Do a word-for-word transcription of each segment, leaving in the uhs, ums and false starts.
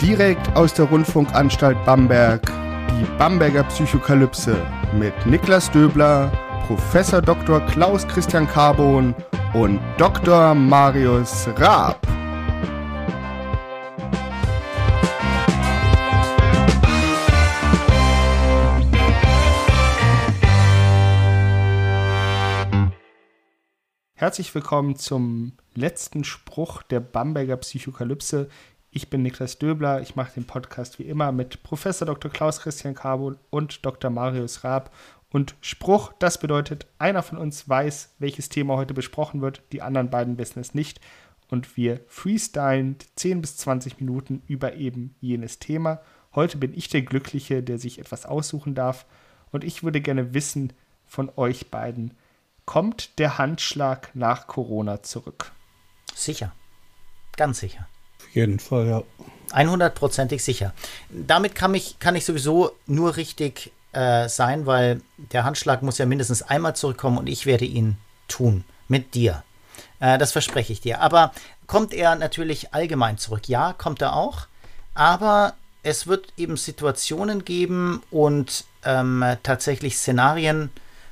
Direkt aus der Rundfunkanstalt Bamberg, die Bamberger Psychokalypse mit Niklas Döbler, Professor Doktor Klaus Christian Carbon und Doktor Marius Raab. Herzlich willkommen zum letzten Spruch der Bamberger Psychokalypse. Ich bin Niklas Döbler, ich mache den Podcast wie immer mit Professor Doktor Klaus Christian Carbon und Doktor Marius Raab. Und Spruch, das bedeutet, einer von uns weiß, welches Thema heute besprochen wird, die anderen beiden wissen es nicht. Und wir freestylen zehn bis zwanzig Minuten über eben jenes Thema. Heute bin ich der Glückliche, der sich etwas aussuchen darf. Und ich würde gerne wissen von euch beiden, kommt der Handschlag nach Corona zurück? Sicher. Ganz sicher. Auf jeden Fall, ja. hundertprozentig sicher. Damit kann, mich, kann ich sowieso nur richtig äh, sein, weil der Handschlag muss ja mindestens einmal zurückkommen und ich werde ihn tun. Mit dir. Äh, das verspreche ich dir. Aber kommt er natürlich allgemein zurück? Ja, kommt er auch. Aber es wird eben Situationen geben und ähm, tatsächlich Szenarien,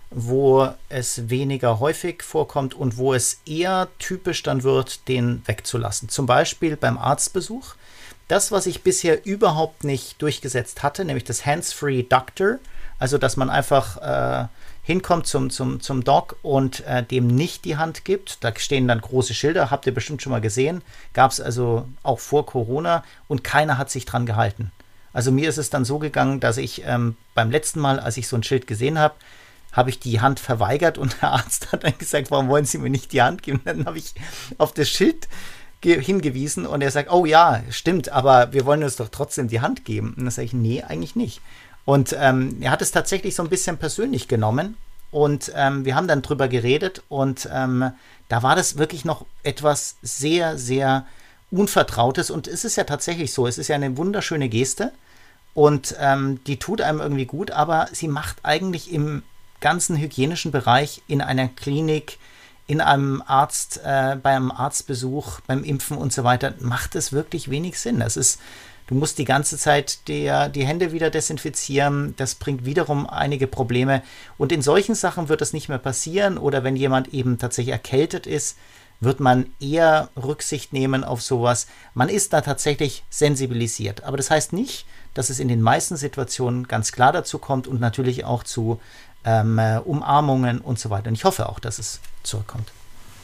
wo es weniger häufig vorkommt und wo es eher typisch dann wird, den wegzulassen. Zum Beispiel beim Arztbesuch. Das, was ich bisher überhaupt nicht durchgesetzt hatte, nämlich das Hands-Free Doctor, also dass man einfach äh, hinkommt zum, zum, zum Doc und äh, dem nicht die Hand gibt. Da stehen dann große Schilder, habt ihr bestimmt schon mal gesehen. Gab es also auch vor Corona und keiner hat sich dran gehalten. Also mir ist es dann so gegangen, dass ich ähm, beim letzten Mal, als ich so ein Schild gesehen habe, habe ich die Hand verweigert und der Arzt hat dann gesagt, warum wollen Sie mir nicht die Hand geben? Dann habe ich auf das Schild ge- hingewiesen und er sagt, oh ja, stimmt, aber wir wollen uns doch trotzdem die Hand geben. Und dann sage ich, nee, eigentlich nicht. Und ähm, er hat es tatsächlich so ein bisschen persönlich genommen und ähm, wir haben dann drüber geredet und ähm, da war das wirklich noch etwas sehr, sehr Unvertrautes und es ist ja tatsächlich so, es ist ja eine wunderschöne Geste und ähm, die tut einem irgendwie gut, aber sie macht eigentlich im ganzen hygienischen Bereich in einer Klinik, in einem Arzt, äh, beim Arztbesuch, beim Impfen und so weiter, macht es wirklich wenig Sinn. Das ist, du musst die ganze Zeit der, die Hände wieder desinfizieren, das bringt wiederum einige Probleme und in solchen Sachen wird das nicht mehr passieren oder wenn jemand eben tatsächlich erkältet ist, wird man eher Rücksicht nehmen auf sowas. Man ist da tatsächlich sensibilisiert, aber das heißt nicht, dass es in den meisten Situationen ganz klar dazu kommt und natürlich auch zu Ähm, äh, Umarmungen und so weiter. Und ich hoffe auch, dass es zurückkommt.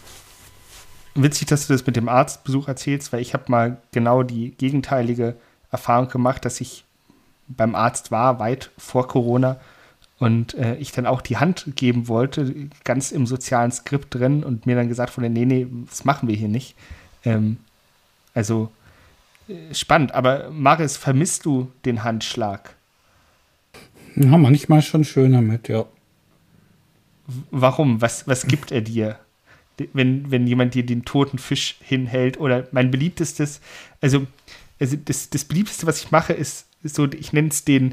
Witzig, dass du das mit dem Arztbesuch erzählst, weil ich habe mal genau die gegenteilige Erfahrung gemacht, dass ich beim Arzt war, weit vor Corona, und äh, ich dann auch die Hand geben wollte, ganz im sozialen Skript drin, und mir dann gesagt wurde, nee, nee, das machen wir hier nicht. Ähm, also äh, spannend, aber Marius, vermisst du den Handschlag? Ja, manchmal schon schön damit, ja. Warum? Was, was gibt er dir, wenn, wenn jemand dir den toten Fisch hinhält? Oder mein beliebtestes, also, also das, das beliebteste, was ich mache, ist, ist so, ich nenne es den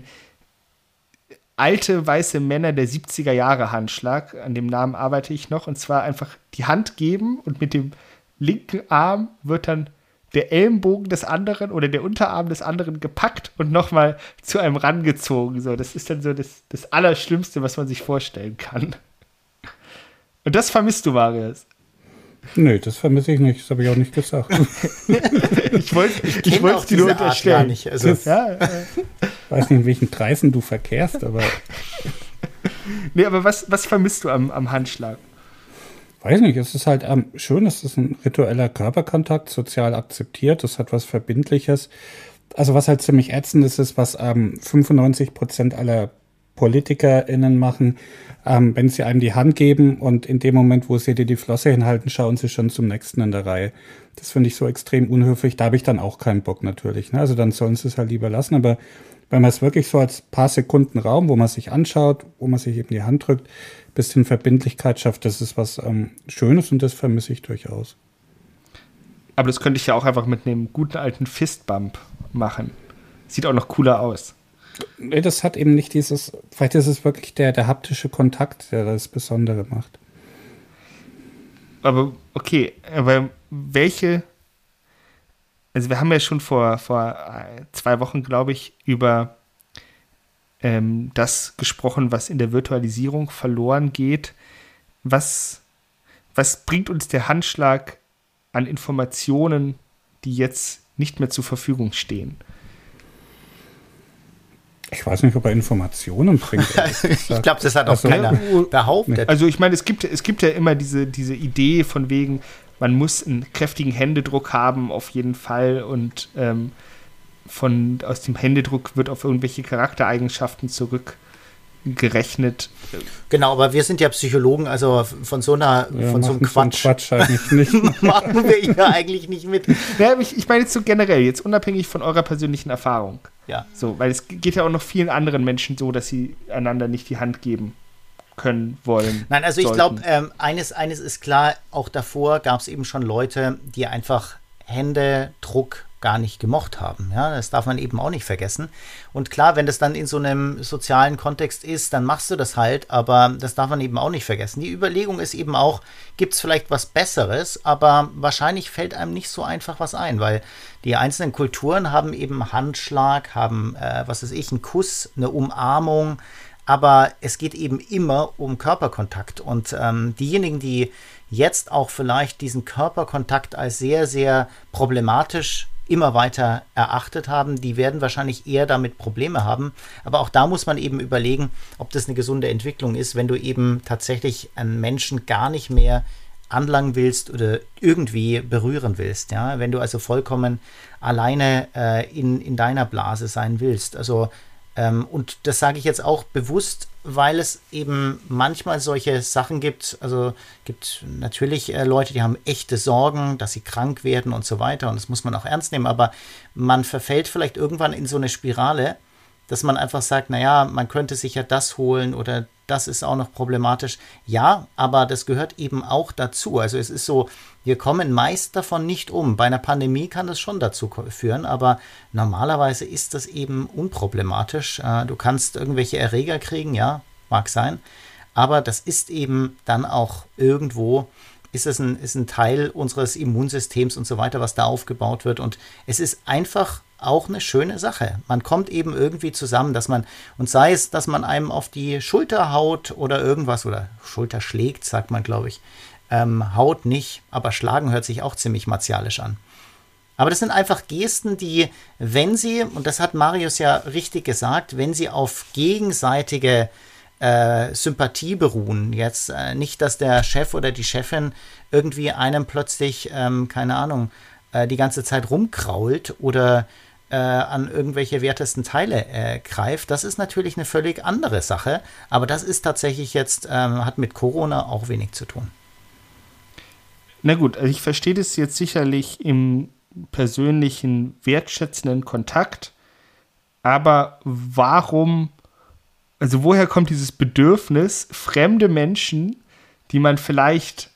alte weiße Männer der siebziger Jahre Handschlag. An dem Namen arbeite ich noch. Und zwar einfach die Hand geben und mit dem linken Arm wird dann der Ellenbogen des anderen oder der Unterarm des anderen gepackt und nochmal zu einem rangezogen. So, das ist dann so das, das Allerschlimmste, was man sich vorstellen kann. Und das vermisst du, Marius? Nee, das vermisse ich nicht. Das habe ich auch nicht gesagt. ich wollte ich, ich es dir nur unterstellen. Nicht, also. ja, äh. Ich weiß nicht, in welchen Kreisen du verkehrst, aber... nee, aber was, was vermisst du am, am Handschlag? Weiß nicht, es ist halt ähm, schön, es ist ein ritueller Körperkontakt, sozial akzeptiert, es hat was Verbindliches. Also was halt ziemlich ätzend ist, ist, was ähm, fünfundneunzig Prozent aller PolitikerInnen machen, ähm, wenn sie einem die Hand geben und in dem Moment, wo sie dir die Flosse hinhalten, schauen sie schon zum nächsten in der Reihe. Das finde ich so extrem unhöflich, da habe ich dann auch keinen Bock natürlich. Ne? Also dann sollen sie es halt lieber lassen, aber wenn man es wirklich so als paar Sekunden Raum, wo man sich anschaut, wo man sich eben die Hand drückt, bisschen Verbindlichkeit schafft, das ist was ähm, Schönes und das vermisse ich durchaus. Aber das könnte ich ja auch einfach mit einem guten alten Fistbump machen. Sieht auch noch cooler aus. Nee, das hat eben nicht dieses, vielleicht ist es wirklich der, der haptische Kontakt, der das Besondere macht. Aber okay, aber welche also wir haben ja schon vor, vor zwei Wochen, glaube ich, über ähm, das gesprochen, was in der Virtualisierung verloren geht. Was, was bringt uns der Handschlag an Informationen, die jetzt nicht mehr zur Verfügung stehen? Ich weiß nicht, ob er Informationen bringt. Ich glaube, das hat auch also, keiner behauptet. Also ich meine, es gibt, es gibt ja immer diese, diese Idee von wegen, man muss einen kräftigen Händedruck haben, auf jeden Fall. Und ähm, von, aus dem Händedruck wird auf irgendwelche Charaktereigenschaften zurückgerechnet. Genau, aber wir sind ja Psychologen, also von so einer ja, von so einem Quatsch, so Quatsch eigentlich nicht. machen wir ja eigentlich nicht mit. Ja, ich, ich meine jetzt so generell, jetzt unabhängig von eurer persönlichen Erfahrung. Ja. So, weil es geht ja auch noch vielen anderen Menschen so, dass sie einander nicht die Hand geben können, wollen. Nein, also sollten. Ich glaube, ähm, eines, eines ist klar, auch davor gab es eben schon Leute, die einfach Händedruck gar nicht gemocht haben. Ja, das darf man eben auch nicht vergessen. Und klar, wenn das dann in so einem sozialen Kontext ist, dann machst du das halt, aber das darf man eben auch nicht vergessen. Die Überlegung ist eben auch, gibt es vielleicht was Besseres, aber wahrscheinlich fällt einem nicht so einfach was ein, weil die einzelnen Kulturen haben eben Handschlag, haben, äh, was weiß ich, einen Kuss, eine Umarmung, aber es geht eben immer um Körperkontakt. Und ähm, diejenigen, die jetzt auch vielleicht diesen Körperkontakt als sehr, sehr problematisch immer weiter erachtet haben, die werden wahrscheinlich eher damit Probleme haben. Aber auch da muss man eben überlegen, ob das eine gesunde Entwicklung ist, wenn du eben tatsächlich einen Menschen gar nicht mehr anlangen willst oder irgendwie berühren willst. Ja? Wenn du also vollkommen alleine äh, in, in deiner Blase sein willst. Also Ähm, und das sage ich jetzt auch bewusst, weil es eben manchmal solche Sachen gibt. Also gibt natürlich äh, Leute, die haben echte Sorgen, dass sie krank werden und so weiter. Und das muss man auch ernst nehmen. Aber man verfällt vielleicht irgendwann in so eine Spirale, dass man einfach sagt, naja, man könnte sich ja das holen oder das ist auch noch problematisch. Ja, aber das gehört eben auch dazu. Also es ist so, wir kommen meist davon nicht um. Bei einer Pandemie kann das schon dazu führen, aber normalerweise ist das eben unproblematisch. Du kannst irgendwelche Erreger kriegen, ja, mag sein, aber das ist eben dann auch irgendwo, ist es ein, ist ein Teil unseres Immunsystems und so weiter, was da aufgebaut wird. Und es ist einfach auch eine schöne Sache. Man kommt eben irgendwie zusammen, dass man, und sei es, dass man einem auf die Schulter haut oder irgendwas, oder Schulter schlägt, sagt man, glaube ich. Ähm, haut nicht, aber schlagen hört sich auch ziemlich martialisch an. Aber das sind einfach Gesten, die, wenn sie, und das hat Marius ja richtig gesagt, wenn sie auf gegenseitige äh, Sympathie beruhen, jetzt äh, nicht, dass der Chef oder die Chefin irgendwie einem plötzlich, ähm, keine Ahnung, äh, die ganze Zeit rumkrault oder äh, an irgendwelche wertesten Teile äh, greift, das ist natürlich eine völlig andere Sache, aber das ist tatsächlich jetzt, ähm, hat mit Corona auch wenig zu tun. Na gut, also ich verstehe das jetzt sicherlich im persönlichen, wertschätzenden Kontakt, aber warum, also woher kommt dieses Bedürfnis, fremde Menschen, die man vielleicht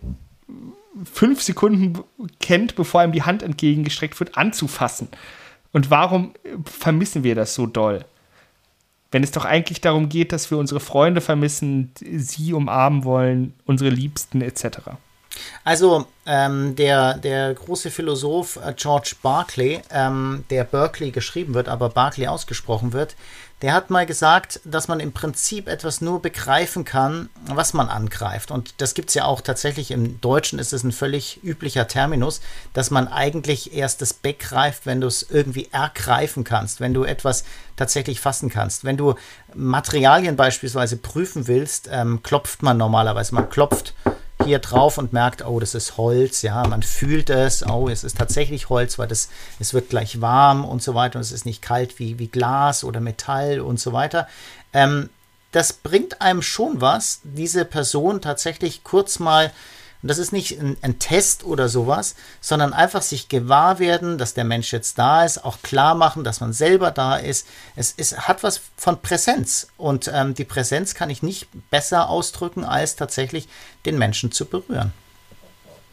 fünf Sekunden kennt, bevor ihm die Hand entgegengestreckt wird, anzufassen? Und warum vermissen wir das so doll? Wenn es doch eigentlich darum geht, dass wir unsere Freunde vermissen, sie umarmen wollen, unsere Liebsten et cetera. Also ähm, der, der große Philosoph äh, George Berkeley, ähm, der Berkeley geschrieben wird, aber Berkeley ausgesprochen wird, der hat mal gesagt, dass man im Prinzip etwas nur begreifen kann, was man angreift. Und das gibt es ja auch tatsächlich im Deutschen, ist es ein völlig üblicher Terminus, dass man eigentlich erst das begreift, wenn du es irgendwie ergreifen kannst, wenn du etwas tatsächlich fassen kannst. Wenn du Materialien beispielsweise prüfen willst, ähm, klopft man normalerweise, man klopft hier drauf und merkt, oh, das ist Holz, ja, man fühlt es, oh, es ist tatsächlich Holz, weil das, es wird gleich warm und so weiter und es ist nicht kalt wie, wie Glas oder Metall und so weiter. Ähm, das bringt einem schon was, diese Person tatsächlich kurz mal, und das ist nicht ein, ein Test oder sowas, sondern einfach sich gewahr werden, dass der Mensch jetzt da ist, auch klar machen, dass man selber da ist. Es, es hat was von Präsenz und ähm, die Präsenz kann ich nicht besser ausdrücken, als tatsächlich den Menschen zu berühren.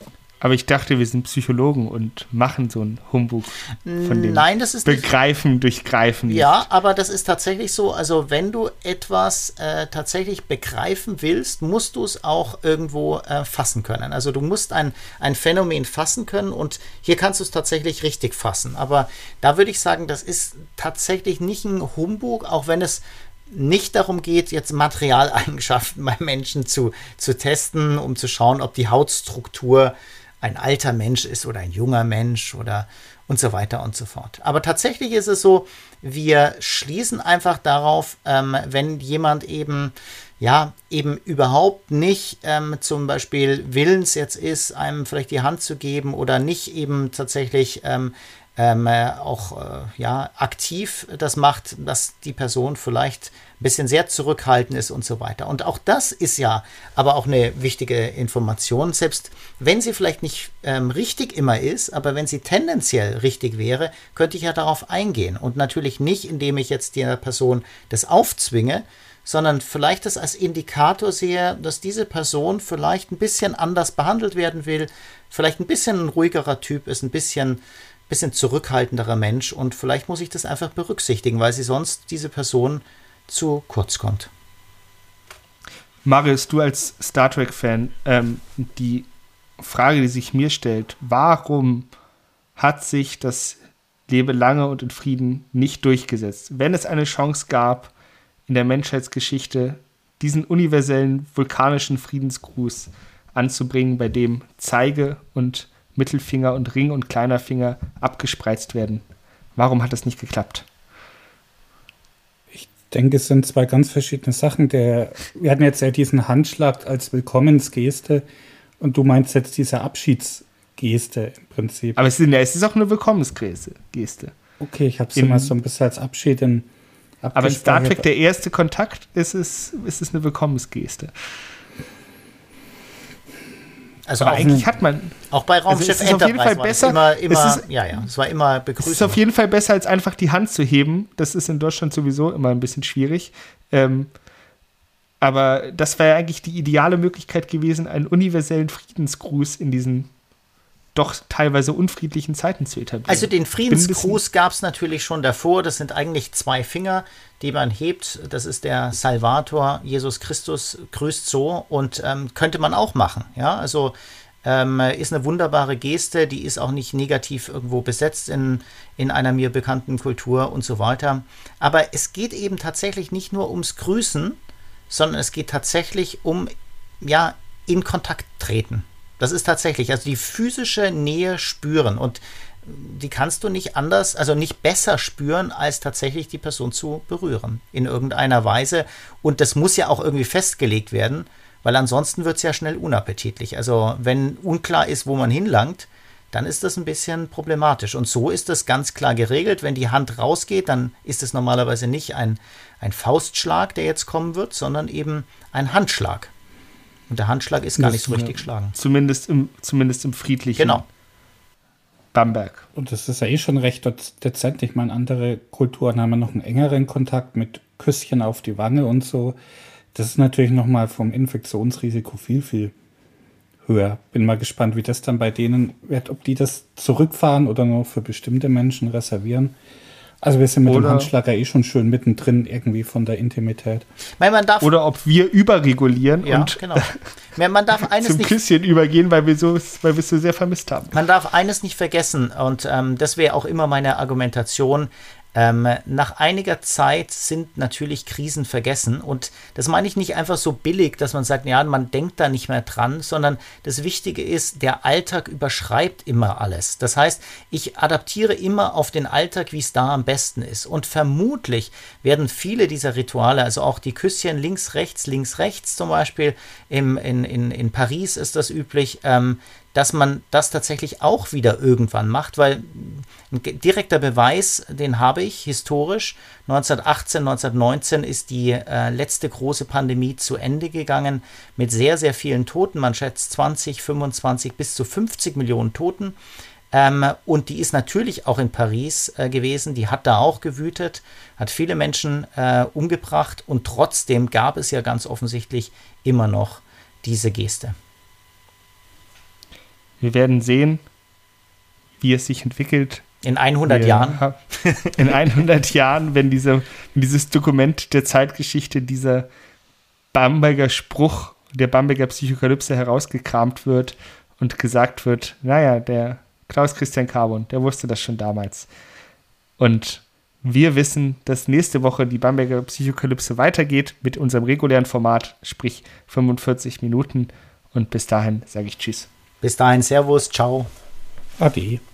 Aber ich dachte, wir sind Psychologen und machen so einen Humbug von dem Nein, das ist Begreifen nicht. durch Greifen. Ja, nicht. aber das ist tatsächlich so. Also wenn du etwas äh, tatsächlich begreifen willst, musst du es auch irgendwo äh, fassen können. Also du musst ein, ein Phänomen fassen können und hier kannst du es tatsächlich richtig fassen. Aber da würde ich sagen, das ist tatsächlich nicht ein Humbug, auch wenn es nicht darum geht, jetzt Materialeigenschaften bei Menschen zu, zu testen, um zu schauen, ob die Hautstruktur ein alter Mensch ist oder ein junger Mensch oder und so weiter und so fort. Aber tatsächlich ist es so, wir schließen einfach darauf, ähm, wenn jemand eben, ja, eben überhaupt nicht ähm, zum Beispiel willens jetzt ist, einem vielleicht die Hand zu geben oder nicht eben tatsächlich ähm, ähm, auch äh, ja, aktiv das macht, dass die Person vielleicht ein bisschen sehr zurückhaltend ist und so weiter. Und auch das ist ja aber auch eine wichtige Information, selbst wenn sie vielleicht nicht ähm, richtig immer ist, aber wenn sie tendenziell richtig wäre, könnte ich ja darauf eingehen. Und natürlich nicht, indem ich jetzt der Person das aufzwinge, sondern vielleicht das als Indikator sehe, dass diese Person vielleicht ein bisschen anders behandelt werden will, vielleicht ein bisschen ein ruhigerer Typ ist, ein bisschen bisschen zurückhaltenderer Mensch und vielleicht muss ich das einfach berücksichtigen, weil sie sonst diese Person zu kurz kommt. Marius, du als Star Trek-Fan, ähm, die Frage, die sich mir stellt, warum hat sich das Lebe lange und in Frieden nicht durchgesetzt? Wenn es eine Chance gab, in der Menschheitsgeschichte diesen universellen vulkanischen Friedensgruß anzubringen, bei dem Zeige und Mittelfinger und Ring und kleiner Finger abgespreizt werden. Warum hat das nicht geklappt? Ich denke, es sind zwei ganz verschiedene Sachen. Der, wir hatten jetzt ja diesen Handschlag als Willkommensgeste und du meinst jetzt diese Abschiedsgeste im Prinzip. Aber es ist, es ist auch eine Willkommensgeste. Geste. Okay, ich habe es immer so ein bisschen als Abschied in Aber in Star Trek, der erste Kontakt, ist es, ist es eine Willkommensgeste. Also aber auch, eigentlich hat man auch bei Raumschiff also Enterprise auf jeden Fall besser, immer, immer es ist, ja, ja, es war immer begrüßt. Es ist auf jeden Fall besser, als einfach die Hand zu heben. Das ist in Deutschland sowieso immer ein bisschen schwierig. Ähm, aber das wäre ja eigentlich die ideale Möglichkeit gewesen, einen universellen Friedensgruß in diesen doch teilweise unfriedlichen Zeiten zu etablieren. Also den Friedensgruß gab es natürlich schon davor. Das sind eigentlich zwei Finger, die man hebt. Das ist der Salvator, Jesus Christus grüßt so und ähm, könnte man auch machen. Ja, also ähm, ist eine wunderbare Geste, die ist auch nicht negativ irgendwo besetzt in, in einer mir bekannten Kultur und so weiter. Aber es geht eben tatsächlich nicht nur ums Grüßen, sondern es geht tatsächlich um, ja, in Kontakt treten. Das ist tatsächlich, also die physische Nähe spüren und die kannst du nicht anders, also nicht besser spüren, als tatsächlich die Person zu berühren in irgendeiner Weise. Und das muss ja auch irgendwie festgelegt werden, weil ansonsten wird es ja schnell unappetitlich. Also wenn unklar ist, wo man hinlangt, dann ist das ein bisschen problematisch. Und so ist das ganz klar geregelt. Wenn die Hand rausgeht, dann ist es normalerweise nicht ein, ein Faustschlag, der jetzt kommen wird, sondern eben ein Handschlag. Und der Handschlag ist gar das nicht so richtig schlagen. Zumindest im, zumindest im friedlichen genau. Bamberg. Und das ist ja eh schon recht dezent. Ich meine, andere Kulturen haben ja noch einen engeren Kontakt mit Küsschen auf die Wange und so. Das ist natürlich nochmal vom Infektionsrisiko viel, viel höher. Bin mal gespannt, wie das dann bei denen wird, ob die das zurückfahren oder nur für bestimmte Menschen reservieren. Also wir sind mit oder, dem Handschlag ja eh schon schön mittendrin irgendwie von der Intimität. Man darf, oder ob wir überregulieren ja, und genau. Man darf eines zum nicht, Küsschen übergehen, weil wir so, weil wir es so sehr vermisst haben. Man darf eines nicht vergessen und ähm, das wäre auch immer meine Argumentation. Ähm, nach einiger Zeit sind natürlich Krisen vergessen und das meine ich nicht einfach so billig, dass man sagt, ja, man denkt da nicht mehr dran, sondern das Wichtige ist, der Alltag überschreibt immer alles. Das heißt, ich adaptiere immer auf den Alltag, wie es da am besten ist und vermutlich werden viele dieser Rituale, also auch die Küsschen links, rechts, links, rechts zum Beispiel, im, in, in, in Paris ist das üblich, ähm, dass man das tatsächlich auch wieder irgendwann macht, weil ein direkter Beweis, den habe ich historisch. neunzehnhundertachtzehn, neunzehnhundertneunzehn ist die äh, letzte große Pandemie zu Ende gegangen mit sehr, sehr vielen Toten. Man schätzt zwanzig, fünfundzwanzig bis zu fünfzig Millionen Toten. Ähm, und die ist natürlich auch in Paris äh, gewesen. Die hat da auch gewütet, hat viele Menschen äh, umgebracht und trotzdem gab es ja ganz offensichtlich immer noch diese Geste. Wir werden sehen, wie es sich entwickelt. In hundert Wir, Jahren. In hundert Jahren, wenn, diese, wenn dieses Dokument der Zeitgeschichte, dieser Bamberger Spruch der Bamberger Psychokalypse herausgekramt wird und gesagt wird, naja, der Klaus Christian Carbon, der wusste das schon damals. Und wir wissen, dass nächste Woche die Bamberger Psychokalypse weitergeht mit unserem regulären Format, sprich fünfundvierzig Minuten. Und bis dahin sage ich Tschüss. Bis dahin, Servus, ciao. Ade.